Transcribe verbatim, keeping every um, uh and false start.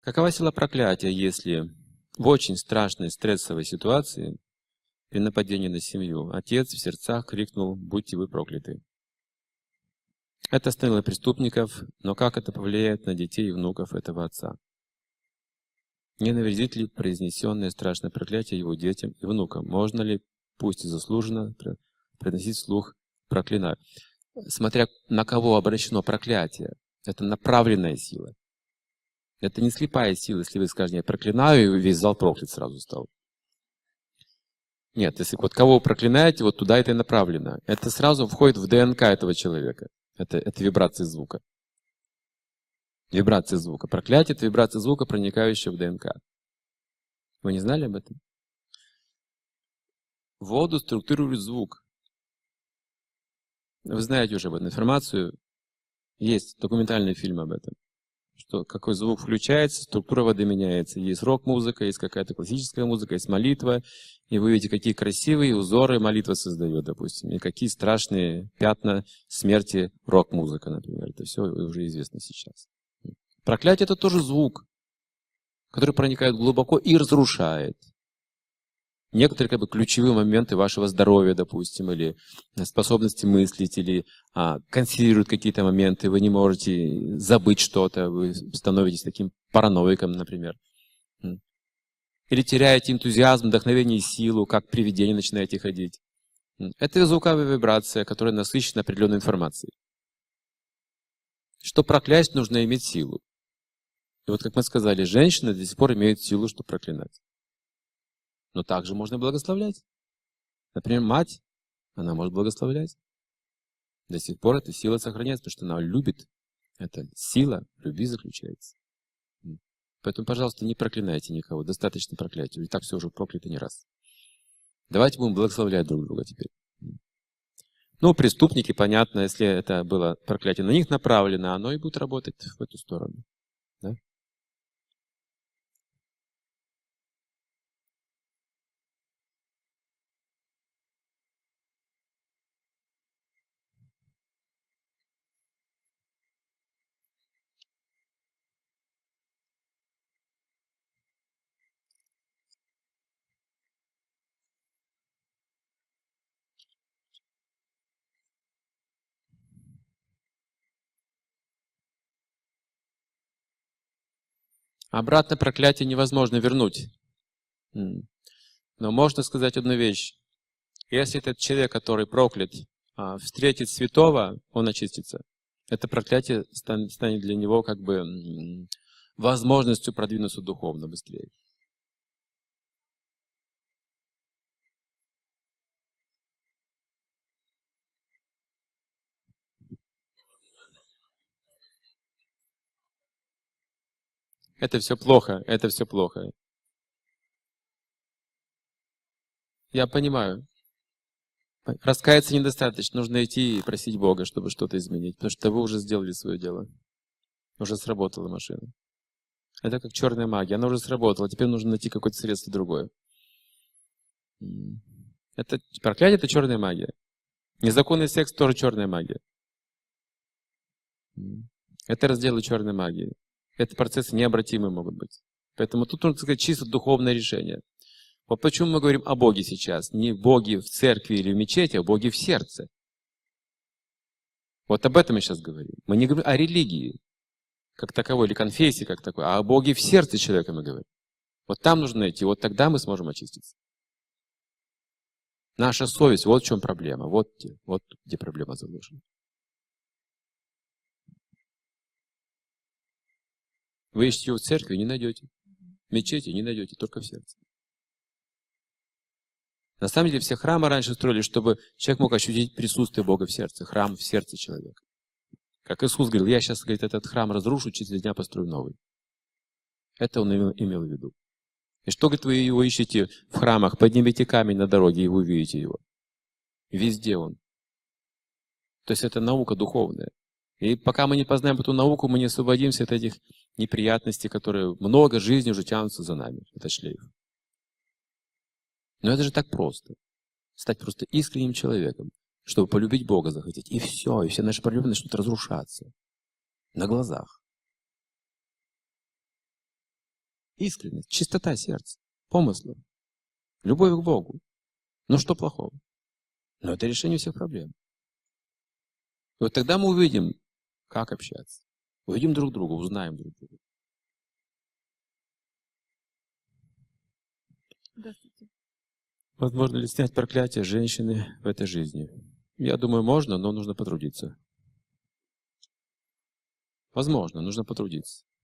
Какова сила проклятия, если в очень страшной стрессовой ситуации, при нападении на семью, отец в сердцах крикнул: «Будьте вы прокляты». Это остановило преступников, но как это повлияет на детей и внуков этого отца? Не навредит ли произнесенное страшное проклятие его детям и внукам? Можно ли, пусть и заслуженно, произносить вслух «проклинаю»? Смотря на кого обращено проклятие, это направленная сила. Это не слепая сила, если вы скажете: «Я проклинаю», и весь зал проклят сразу стал. Нет, если вот кого вы проклинаете, вот туда это и направлено. Это сразу входит в ДНК этого человека. Это, это вибрации звука. Вибрации звука. Проклятие — это вибрация звука, проникающая в ДНК. Вы не знали об этом? Воду структурирует звук. Вы знаете уже об этом информацию. Есть документальный фильм об этом. Что какой звук включается, структура воды меняется. Есть рок-музыка, есть какая-то классическая музыка, есть молитва. И вы видите, какие красивые узоры молитва создает, допустим. И какие страшные пятна смерти рок-музыка, например. Это все уже известно сейчас. Проклятие — это тоже звук, который проникает глубоко и разрушает некоторые как бы ключевые моменты вашего здоровья, допустим, или способности мыслить, или а, консервируют какие-то моменты, вы не можете забыть что-то, вы становитесь таким параноиком, например. Или теряете энтузиазм, вдохновение и силу, как привидение начинаете ходить. Это звуковая вибрация, которая насыщена определенной информацией. Чтобы проклясть, нужно иметь силу. И вот, как мы сказали, женщины до сих пор имеют силу, чтобы проклинать. Но также можно благословлять. Например, мать, она может благословлять. До сих пор эта сила сохраняется, потому что она любит. Эта сила в любви заключается. Поэтому, пожалуйста, не проклинайте никого. Достаточно проклятия. И так все уже прокляты не раз. Давайте будем благословлять друг друга теперь. Ну, преступники, понятно, если это было проклятие на них направлено, оно и будет работать в эту сторону. Да? Обратно проклятие невозможно вернуть. Но можно сказать одну вещь. Если этот человек, который проклят, встретит святого, он очистится. Это проклятие станет для него как бы возможностью продвинуться духовно быстрее. Это все плохо, это все плохо. Я понимаю. Раскаяться недостаточно, нужно идти и просить Бога, чтобы что-то изменить, потому что вы уже сделали свое дело. Уже сработала машина. Это как черная магия, она уже сработала, теперь нужно найти какое-то средство другое. Это проклятие — это черная магия. Незаконный секс тоже черная магия. Это разделы черной магии. Это процессы необратимые могут быть. Поэтому тут нужно сказать чисто духовное решение. Вот почему мы говорим о Боге сейчас. Не Боге в церкви или в мечети, а Боге в сердце. Вот об этом мы сейчас говорим. Мы не говорим о религии как таковой, или конфессии как такой, а о Боге в сердце человека мы говорим. Вот там нужно найти, вот тогда мы сможем очиститься. Наша совесть, вот в чем проблема. Вот где, вот где проблема заложена. Вы ищете его в церкви, не найдете. В мечети не найдете, только в сердце. На самом деле все храмы раньше строили, чтобы человек мог ощутить присутствие Бога в сердце. Храм в сердце человека. Как Иисус говорил: я сейчас, говорит, этот храм разрушу, через три дня построю новый. Это он имел, имел в виду. И что, говорит, вы его ищете в храмах? Поднимите камень на дороге, и вы увидите его. Везде он. То есть это наука духовная. И пока мы не познаем эту науку, мы не освободимся от этих неприятностей, которые много жизней уже тянутся за нами. Это шлейф. Но это же так просто. Стать просто искренним человеком, чтобы полюбить Бога захотеть. И все, и все наши проблемы начнут разрушаться. На глазах. Искренность, чистота сердца, помыслов, любовь к Богу. Ну что плохого? Но это решение всех проблем. И вот тогда мы увидим, как общаться. Увидим друг друга, узнаем друг друга. Здравствуйте. Возможно ли снять проклятие женщины в этой жизни? Я думаю, можно, но нужно потрудиться. Возможно, нужно потрудиться.